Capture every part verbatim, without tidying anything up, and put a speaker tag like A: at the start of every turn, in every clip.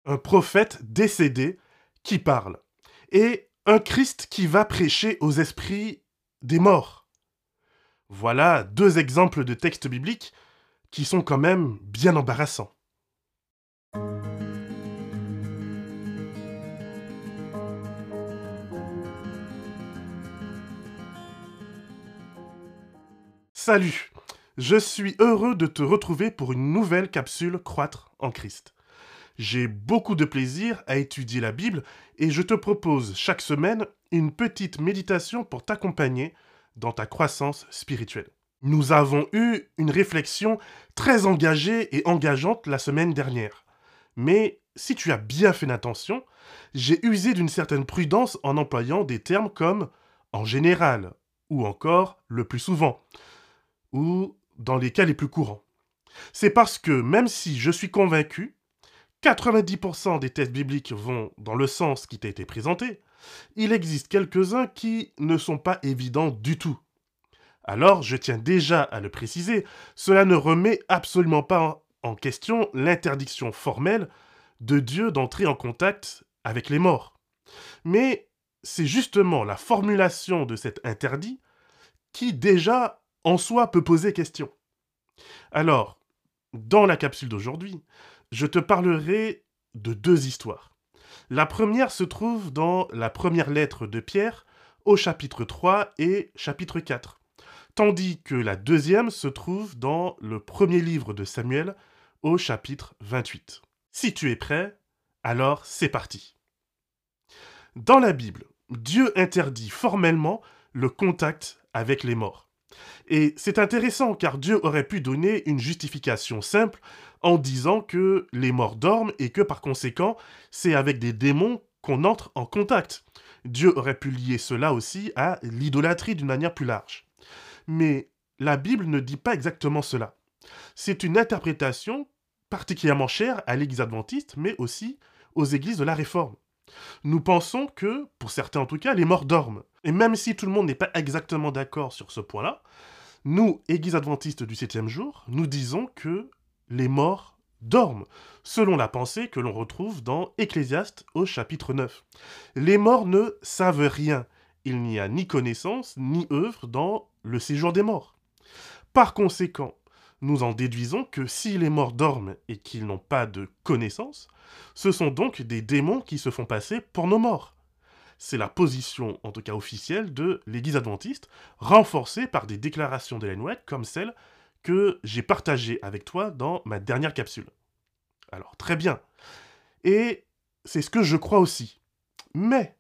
A: un prophète décédé qui parle, et un Christ qui va prêcher aux esprits des morts. Voilà deux exemples de textes bibliques qui sont quand même bien embarrassants. Salut, je suis heureux de te retrouver pour une nouvelle capsule Croître en Christ. J'ai beaucoup de plaisir à étudier la Bible et je te propose chaque semaine une petite méditation pour t'accompagner dans ta croissance spirituelle. Nous avons eu une réflexion très engagée et engageante la semaine dernière. Mais si tu as bien fait attention, j'ai usé d'une certaine prudence en employant des termes comme « en général » ou encore « le plus souvent » ou dans les cas les plus courants. C'est parce que même si je suis convaincu, quatre-vingt-dix pour cent des textes bibliques vont dans le sens qui t'a été présenté, il existe quelques-uns qui ne sont pas évidents du tout. Alors, je tiens déjà à le préciser, cela ne remet absolument pas en question l'interdiction formelle de Dieu d'entrer en contact avec les morts. Mais c'est justement la formulation de cet interdit qui déjà en soi peut poser question. Alors, dans la capsule d'aujourd'hui, je te parlerai de deux histoires. La première se trouve dans la première lettre de Pierre au chapitre trois et chapitre quatre, tandis que la deuxième se trouve dans le premier livre de Samuel au chapitre vingt-huit. Si tu es prêt, alors c'est parti. Dans la Bible, Dieu interdit formellement le contact avec les morts. Et c'est intéressant car Dieu aurait pu donner une justification simple en disant que les morts dorment et que par conséquent, c'est avec des démons qu'on entre en contact. Dieu aurait pu lier cela aussi à l'idolâtrie d'une manière plus large. Mais la Bible ne dit pas exactement cela. C'est une interprétation particulièrement chère à l'Église adventiste, mais aussi aux églises de la Réforme. Nous pensons que, pour certains en tout cas, les morts dorment. Et même si tout le monde n'est pas exactement d'accord sur ce point-là, nous, Église adventiste du septième jour, nous disons que les morts dorment, selon la pensée que l'on retrouve dans Ecclésiaste au chapitre neuf. Les morts ne savent rien. Il n'y a ni connaissance, ni œuvre dans le séjour des morts. Par conséquent, nous en déduisons que si les morts dorment et qu'ils n'ont pas de connaissance, ce sont donc des démons qui se font passer pour nos morts. C'est la position, en tout cas officielle, de l'Église adventiste, renforcée par des déclarations d'Ellen White comme celle que j'ai partagée avec toi dans ma dernière capsule. Alors, très bien. Et c'est ce que je crois aussi. Mais,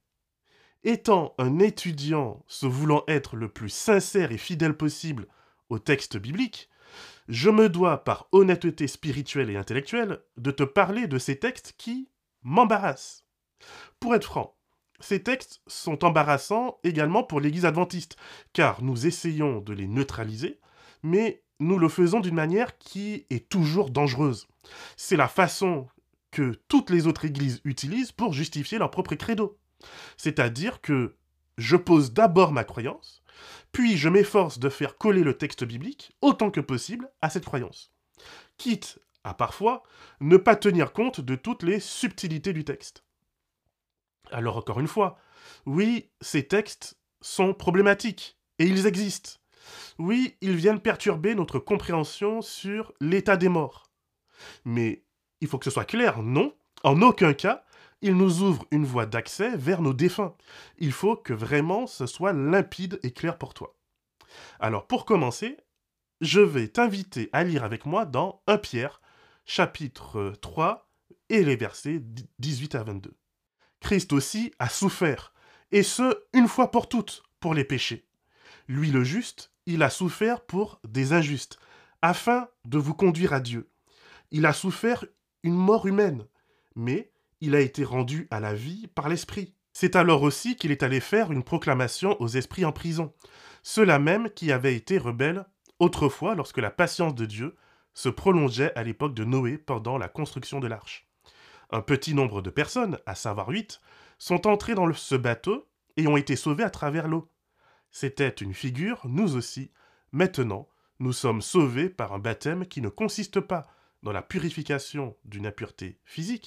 A: étant un étudiant se voulant être le plus sincère et fidèle possible au texte biblique, je me dois, par honnêteté spirituelle et intellectuelle, de te parler de ces textes qui m'embarrassent. Pour être franc, ces textes sont embarrassants également pour l'Église adventiste, car nous essayons de les neutraliser, mais nous le faisons d'une manière qui est toujours dangereuse. C'est la façon que toutes les autres églises utilisent pour justifier leur propre credo. C'est-à-dire que je pose d'abord ma croyance, puis je m'efforce de faire coller le texte biblique autant que possible à cette croyance, quitte à parfois ne pas tenir compte de toutes les subtilités du texte. Alors encore une fois, oui, ces textes sont problématiques, et ils existent. Oui, ils viennent perturber notre compréhension sur l'état des morts. Mais il faut que ce soit clair, non, en aucun cas, ils nous ouvrent une voie d'accès vers nos défunts. Il faut que vraiment ce soit limpide et clair pour toi. Alors pour commencer, je vais t'inviter à lire avec moi dans premier Pierre, chapitre trois, et les versets dix-huit à vingt-deux. Christ aussi a souffert, et ce, une fois pour toutes, pour les péchés. Lui le juste, il a souffert pour des injustes, afin de vous conduire à Dieu. Il a souffert une mort humaine, mais il a été rendu à la vie par l'Esprit. C'est alors aussi qu'il est allé faire une proclamation aux esprits en prison, ceux-là même qui avaient été rebelles autrefois lorsque la patience de Dieu se prolongeait à l'époque de Noé pendant la construction de l'arche. Un petit nombre de personnes, à savoir huit, sont entrées dans le- ce bateau et ont été sauvées à travers l'eau. C'était une figure, nous aussi. Maintenant, nous sommes sauvés par un baptême qui ne consiste pas dans la purification d'une impureté physique,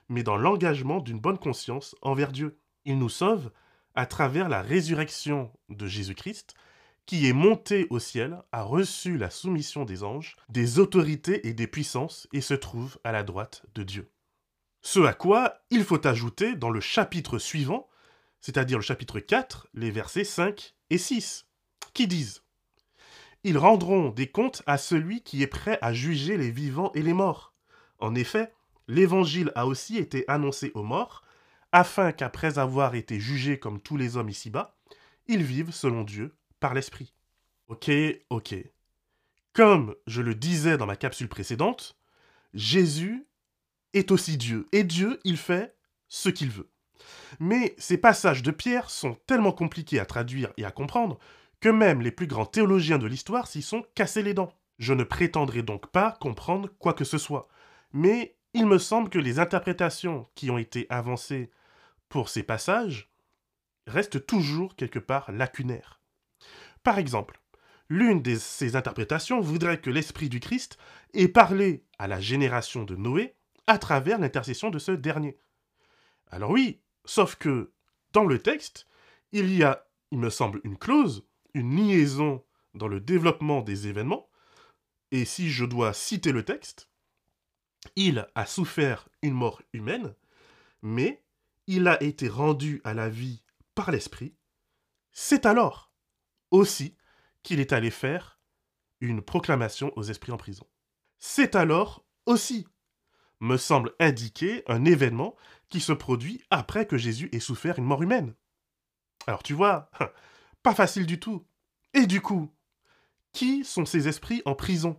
A: mais dans l'engagement d'une bonne conscience envers Dieu. Il nous sauve à travers la résurrection de Jésus-Christ, qui est monté au ciel, a reçu la soumission des anges, des autorités et des puissances, et se trouve à la droite de Dieu. Ce à quoi il faut ajouter dans le chapitre suivant, c'est-à-dire le chapitre quatre, les versets cinq et six, qui disent « Ils rendront des comptes à celui qui est prêt à juger les vivants et les morts. En effet, l'évangile a aussi été annoncé aux morts, afin qu'après avoir été jugés comme tous les hommes ici-bas, ils vivent selon Dieu par l'Esprit. » Ok, ok. Comme je le disais dans ma capsule précédente, Jésus est aussi Dieu, et Dieu, il fait ce qu'il veut. Mais ces passages de Pierre sont tellement compliqués à traduire et à comprendre que même les plus grands théologiens de l'histoire s'y sont cassés les dents. Je ne prétendrai donc pas comprendre quoi que ce soit, mais il me semble que les interprétations qui ont été avancées pour ces passages restent toujours quelque part lacunaires. Par exemple, l'une de ces interprétations voudrait que l'Esprit du Christ ait parlé à la génération de Noé à travers l'intercession de ce dernier. Alors oui, sauf que dans le texte, il y a, il me semble, une clause, une liaison dans le développement des événements, et si je dois citer le texte, il a souffert une mort humaine, mais il a été rendu à la vie par l'Esprit. C'est alors aussi qu'il est allé faire une proclamation aux esprits en prison. C'est alors aussi, me semble indiquer, un événement qui se produit après que Jésus ait souffert une mort humaine. Alors tu vois, pas facile du tout. Et du coup, qui sont ces esprits en prison?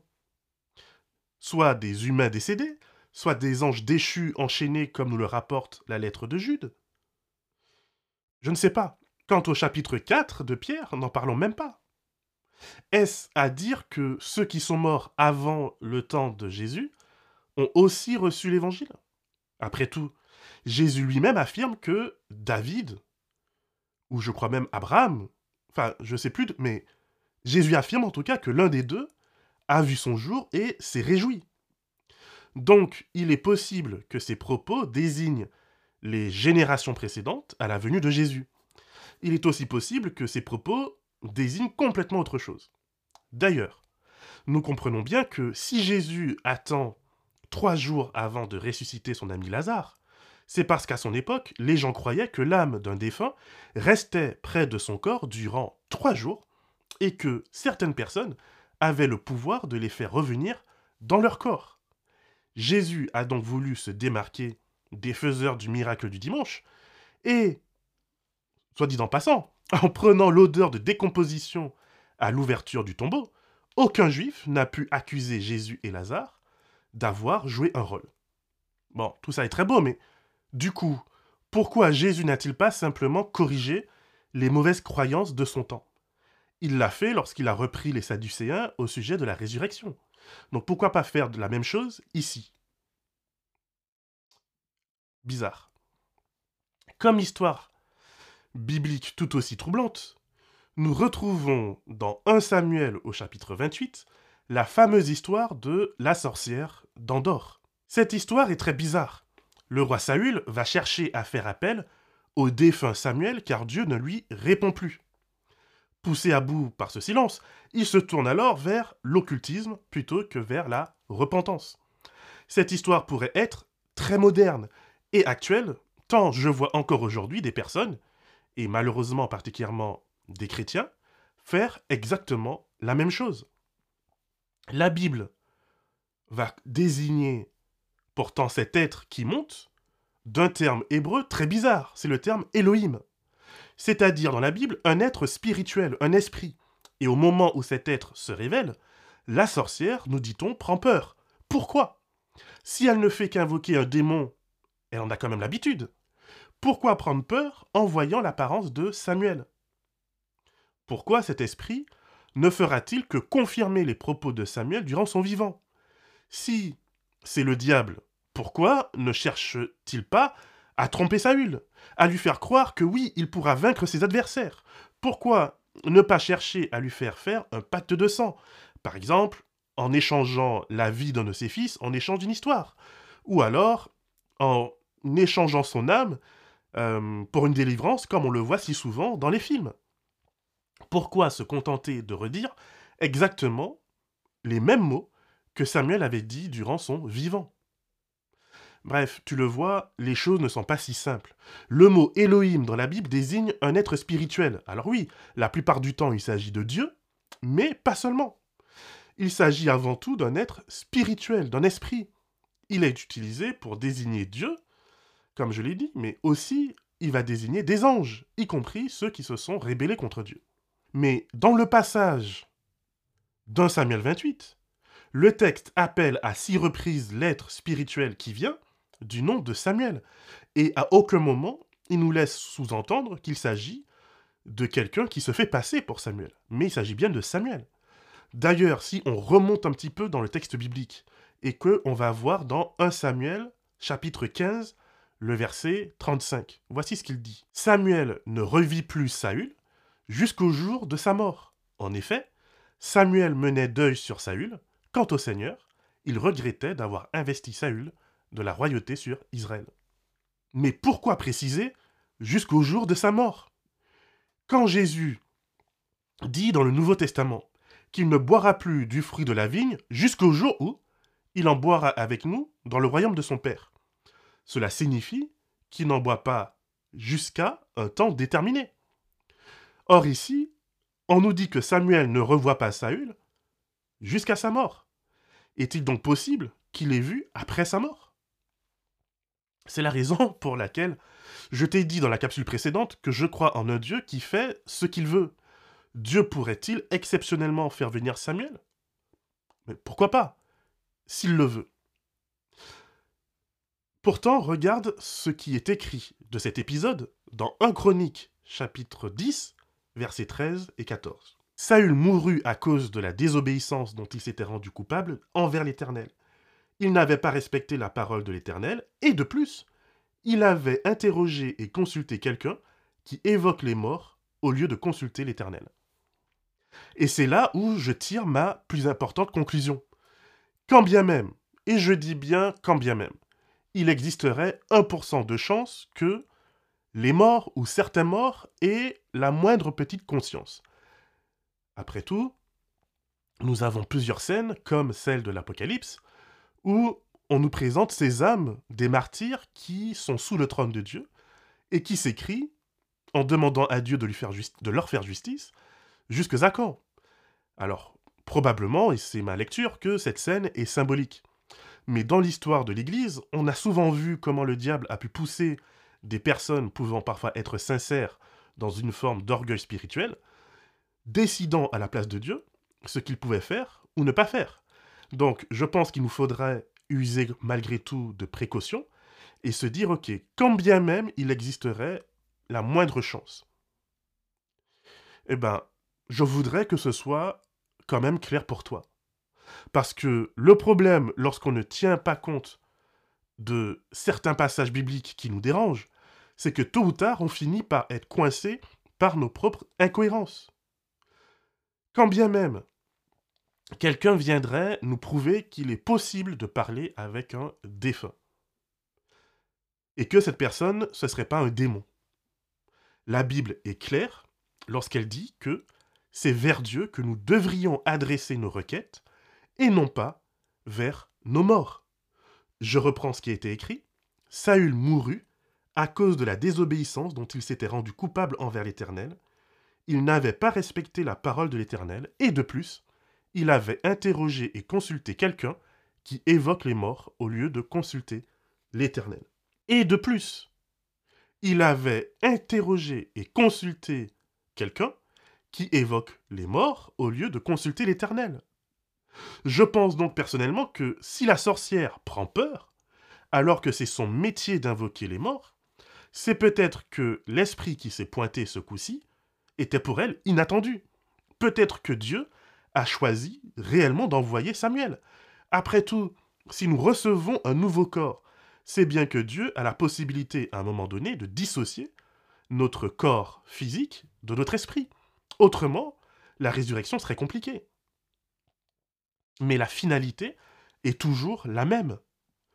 A: Soit des humains décédés, soit des anges déchus enchaînés comme nous le rapporte la lettre de Jude. Je ne sais pas. Quant au chapitre quatre de Pierre, n'en parlons même pas. Est-ce à dire que ceux qui sont morts avant le temps de Jésus ont aussi reçu l'évangile? Après tout, Jésus lui-même affirme que David, ou je crois même Abraham, enfin je sais plus, mais Jésus affirme en tout cas que l'un des deux a vu son jour et s'est réjoui. Donc il est possible que ces propos désignent les générations précédentes à la venue de Jésus. Il est aussi possible que ces propos désignent complètement autre chose. D'ailleurs, nous comprenons bien que si Jésus attend trois jours avant de ressusciter son ami Lazare, c'est parce qu'à son époque, les gens croyaient que l'âme d'un défunt restait près de son corps durant trois jours et que certaines personnes avaient le pouvoir de les faire revenir dans leur corps. Jésus a donc voulu se démarquer des faiseurs du miracle du dimanche et, soit dit en passant, en prenant l'odeur de décomposition à l'ouverture du tombeau, aucun juif n'a pu accuser Jésus et Lazare d'avoir joué un rôle. Bon, tout ça est très beau, mais du coup, pourquoi Jésus n'a-t-il pas simplement corrigé les mauvaises croyances de son temps? Il l'a fait lorsqu'il a repris les Sadducéens au sujet de la résurrection. Donc pourquoi pas faire de la même chose ici? Bizarre. Comme histoire biblique tout aussi troublante, nous retrouvons dans premier Samuel au chapitre vingt-huit la fameuse histoire de la sorcière d'Endor. Cette histoire est très bizarre. Le roi Saül va chercher à faire appel au défunt Samuel car Dieu ne lui répond plus. Poussé à bout par ce silence, il se tourne alors vers l'occultisme plutôt que vers la repentance. Cette histoire pourrait être très moderne et actuelle, tant je vois encore aujourd'hui des personnes, et malheureusement particulièrement des chrétiens, faire exactement la même chose. La Bible va désigner pourtant cet être qui monte d'un terme hébreu très bizarre, c'est le terme Elohim. C'est-à-dire dans la Bible un être spirituel, un esprit. Et au moment où cet être se révèle, la sorcière, nous dit-on, prend peur. Pourquoi? Si elle ne fait qu'invoquer un démon, elle en a quand même l'habitude. Pourquoi prendre peur en voyant l'apparence de Samuel? Pourquoi cet esprit ne fera-t-il que confirmer les propos de Samuel durant son vivant? Si c'est le diable, pourquoi ne cherche-t-il pas à tromper Saül, à lui faire croire que oui, il pourra vaincre ses adversaires? Pourquoi ne pas chercher à lui faire faire un pacte de sang? Par exemple, en échangeant la vie d'un de ses fils en échange d'une histoire. Ou alors, en échangeant son âme euh, pour une délivrance, comme on le voit si souvent dans les films. Pourquoi se contenter de redire exactement les mêmes mots que Samuel avait dit durant son vivant? Bref, tu le vois, les choses ne sont pas si simples. Le mot Elohim dans la Bible désigne un être spirituel. Alors oui, la plupart du temps il s'agit de Dieu, mais pas seulement. Il s'agit avant tout d'un être spirituel, d'un esprit. Il est utilisé pour désigner Dieu, comme je l'ai dit, mais aussi il va désigner des anges, y compris ceux qui se sont rébellés contre Dieu. Mais dans le passage d'un Samuel vingt-huit, le texte appelle à six reprises l'être spirituel qui vient du nom de Samuel. Et à aucun moment, il nous laisse sous-entendre qu'il s'agit de quelqu'un qui se fait passer pour Samuel. Mais il s'agit bien de Samuel. D'ailleurs, si on remonte un petit peu dans le texte biblique, et qu'on va voir dans un Samuel, chapitre quinze, le verset trente-cinq. Voici ce qu'il dit. « Samuel ne revit plus Saül jusqu'au jour de sa mort. En effet, Samuel menait deuil sur Saül. Quant au Seigneur, il regrettait d'avoir investi Saül de la royauté sur Israël. » Mais pourquoi préciser jusqu'au jour de sa mort? Quand Jésus dit dans le Nouveau Testament qu'il ne boira plus du fruit de la vigne jusqu'au jour où il en boira avec nous dans le royaume de son Père, cela signifie qu'il n'en boit pas jusqu'à un temps déterminé. Or ici, on nous dit que Samuel ne revoit pas Saül jusqu'à sa mort. Est-il donc possible qu'il l'ait vu après sa mort? C'est la raison pour laquelle je t'ai dit dans la capsule précédente que je crois en un Dieu qui fait ce qu'il veut. Dieu pourrait-il exceptionnellement faire venir Samuel? Mais pourquoi pas, s'il le veut? Pourtant, regarde ce qui est écrit de cet épisode dans un Chronique, chapitre dix, versets treize et quatorze. Saül mourut à cause de la désobéissance dont il s'était rendu coupable envers l'Éternel. Il n'avait pas respecté la parole de l'Éternel, et de plus, il avait interrogé et consulté quelqu'un qui évoque les morts au lieu de consulter l'Éternel. Et c'est là où je tire ma plus importante conclusion. Quand bien même, et je dis bien quand bien même, il existerait un pour cent de chance que les morts ou certains morts aient la moindre petite conscience. Après tout, nous avons plusieurs scènes, comme celle de l'Apocalypse, où on nous présente ces âmes des martyrs qui sont sous le trône de Dieu et qui s'écrient en demandant à Dieu de, lui faire justi- de leur faire justice, jusque à quand? Alors, probablement, et c'est ma lecture, que cette scène est symbolique. Mais dans l'histoire de l'Église, on a souvent vu comment le diable a pu pousser des personnes pouvant parfois être sincères dans une forme d'orgueil spirituel, décidant à la place de Dieu ce qu'il pouvait faire ou ne pas faire. Donc, je pense qu'il nous faudrait user malgré tout de précautions et se dire, ok, quand bien même il existerait la moindre chance, eh ben, je voudrais que ce soit quand même clair pour toi. Parce que le problème, lorsqu'on ne tient pas compte de certains passages bibliques qui nous dérangent, c'est que tôt ou tard, on finit par être coincé par nos propres incohérences. Quand bien même, quelqu'un viendrait nous prouver qu'il est possible de parler avec un défunt. Et que cette personne, ce ne serait pas un démon. La Bible est claire lorsqu'elle dit que c'est vers Dieu que nous devrions adresser nos requêtes et non pas vers nos morts. Je reprends ce qui a été écrit. Saül mourut à cause de la désobéissance dont il s'était rendu coupable envers l'Éternel. Il n'avait pas respecté la parole de l'Éternel et de plus, il avait interrogé et consulté quelqu'un qui évoque les morts au lieu de consulter l'Éternel. Et de plus, il avait interrogé et consulté quelqu'un qui évoque les morts au lieu de consulter l'Éternel. Je pense donc personnellement que si la sorcière prend peur, alors que c'est son métier d'invoquer les morts, c'est peut-être que l'esprit qui s'est pointé ce coup-ci était pour elle inattendu. Peut-être que Dieu a choisi réellement d'envoyer Samuel. Après tout, si nous recevons un nouveau corps, c'est bien que Dieu a la possibilité à un moment donné de dissocier notre corps physique de notre esprit. Autrement, la résurrection serait compliquée. Mais la finalité est toujours la même.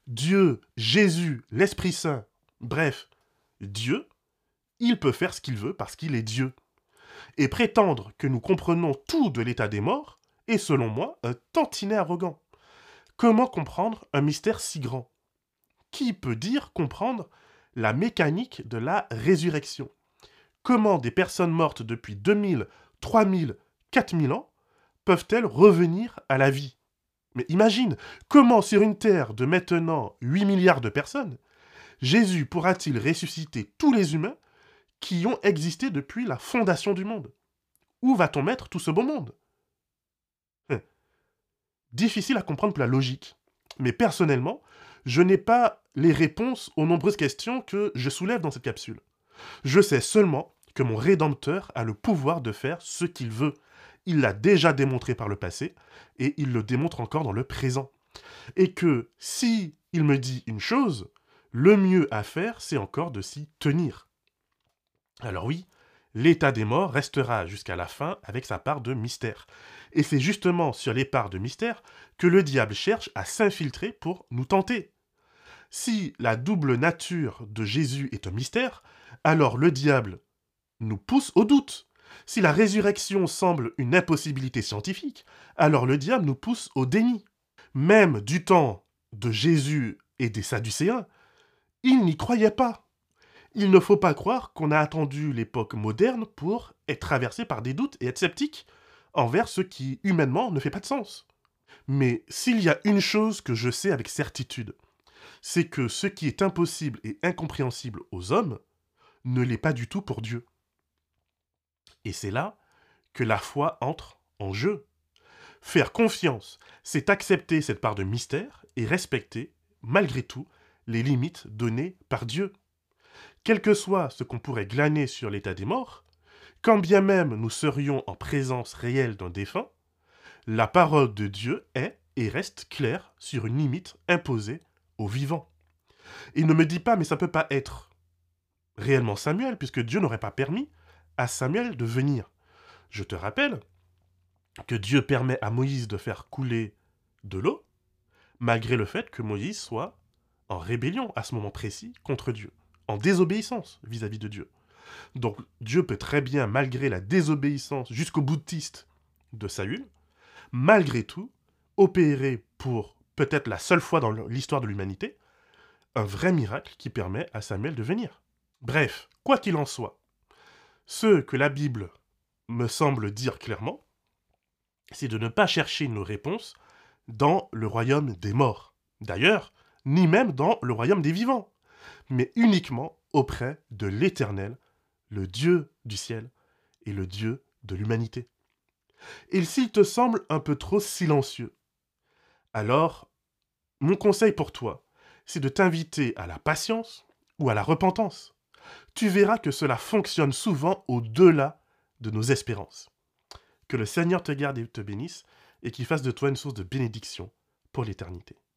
A: Dieu, Jésus, l'Esprit Saint, bref, Dieu, il peut faire ce qu'il veut parce qu'il est Dieu. Et prétendre que nous comprenons tout de l'état des morts est, selon moi, un tantinet arrogant. Comment comprendre un mystère si grand? Qui peut dire comprendre la mécanique de la résurrection? Comment des personnes mortes depuis deux mille, trois mille, quatre mille ans peuvent-elles revenir à la vie? Mais imagine, comment sur une terre de maintenant huit milliards de personnes, Jésus pourra-t-il ressusciter tous les humains qui ont existé depuis la fondation du monde? Où va-t-on mettre tout ce beau monde? Hum. Difficile à comprendre pour la logique. Mais personnellement, je n'ai pas les réponses aux nombreuses questions que je soulève dans cette capsule. Je sais seulement que mon Rédempteur a le pouvoir de faire ce qu'il veut. Il l'a déjà démontré par le passé, et il le démontre encore dans le présent. Et que, si il me dit une chose, le mieux à faire, c'est encore de s'y tenir. Alors oui, l'état des morts restera jusqu'à la fin avec sa part de mystère. Et c'est justement sur les parts de mystère que le diable cherche à s'infiltrer pour nous tenter. Si la double nature de Jésus est un mystère, alors le diable nous pousse au doute. Si la résurrection semble une impossibilité scientifique, alors le diable nous pousse au déni. Même du temps de Jésus et des Sadducéens, ils n'y croyaient pas. Il ne faut pas croire qu'on a attendu l'époque moderne pour être traversé par des doutes et être sceptique envers ce qui, humainement, ne fait pas de sens. Mais s'il y a une chose que je sais avec certitude, c'est que ce qui est impossible et incompréhensible aux hommes ne l'est pas du tout pour Dieu. Et c'est là que la foi entre en jeu. Faire confiance, c'est accepter cette part de mystère et respecter, malgré tout, les limites données par Dieu. Quel que soit ce qu'on pourrait glaner sur l'état des morts, quand bien même nous serions en présence réelle d'un défunt, la parole de Dieu est et reste claire sur une limite imposée aux vivants. Il ne me dit pas, mais ça ne peut pas être réellement Samuel, puisque Dieu n'aurait pas permis à Samuel de venir. Je te rappelle que Dieu permet à Moïse de faire couler de l'eau, malgré le fait que Moïse soit en rébellion à ce moment précis contre Dieu, en désobéissance vis-à-vis de Dieu. Donc Dieu peut très bien, malgré la désobéissance jusqu'au boutiste de Saül, malgré tout, opérer pour peut-être la seule fois dans l'histoire de l'humanité, un vrai miracle qui permet à Samuel de venir. Bref, quoi qu'il en soit, ce que la Bible me semble dire clairement, c'est de ne pas chercher nos réponses dans le royaume des morts. D'ailleurs, ni même dans le royaume des vivants, mais uniquement auprès de l'Éternel, le Dieu du ciel et le Dieu de l'humanité. Et s'il te semble un peu trop silencieux, alors, mon conseil pour toi, c'est de t'inviter à la patience ou à la repentance. Tu verras que cela fonctionne souvent au-delà de nos espérances. Que le Seigneur te garde et te bénisse, et qu'il fasse de toi une source de bénédiction pour l'éternité.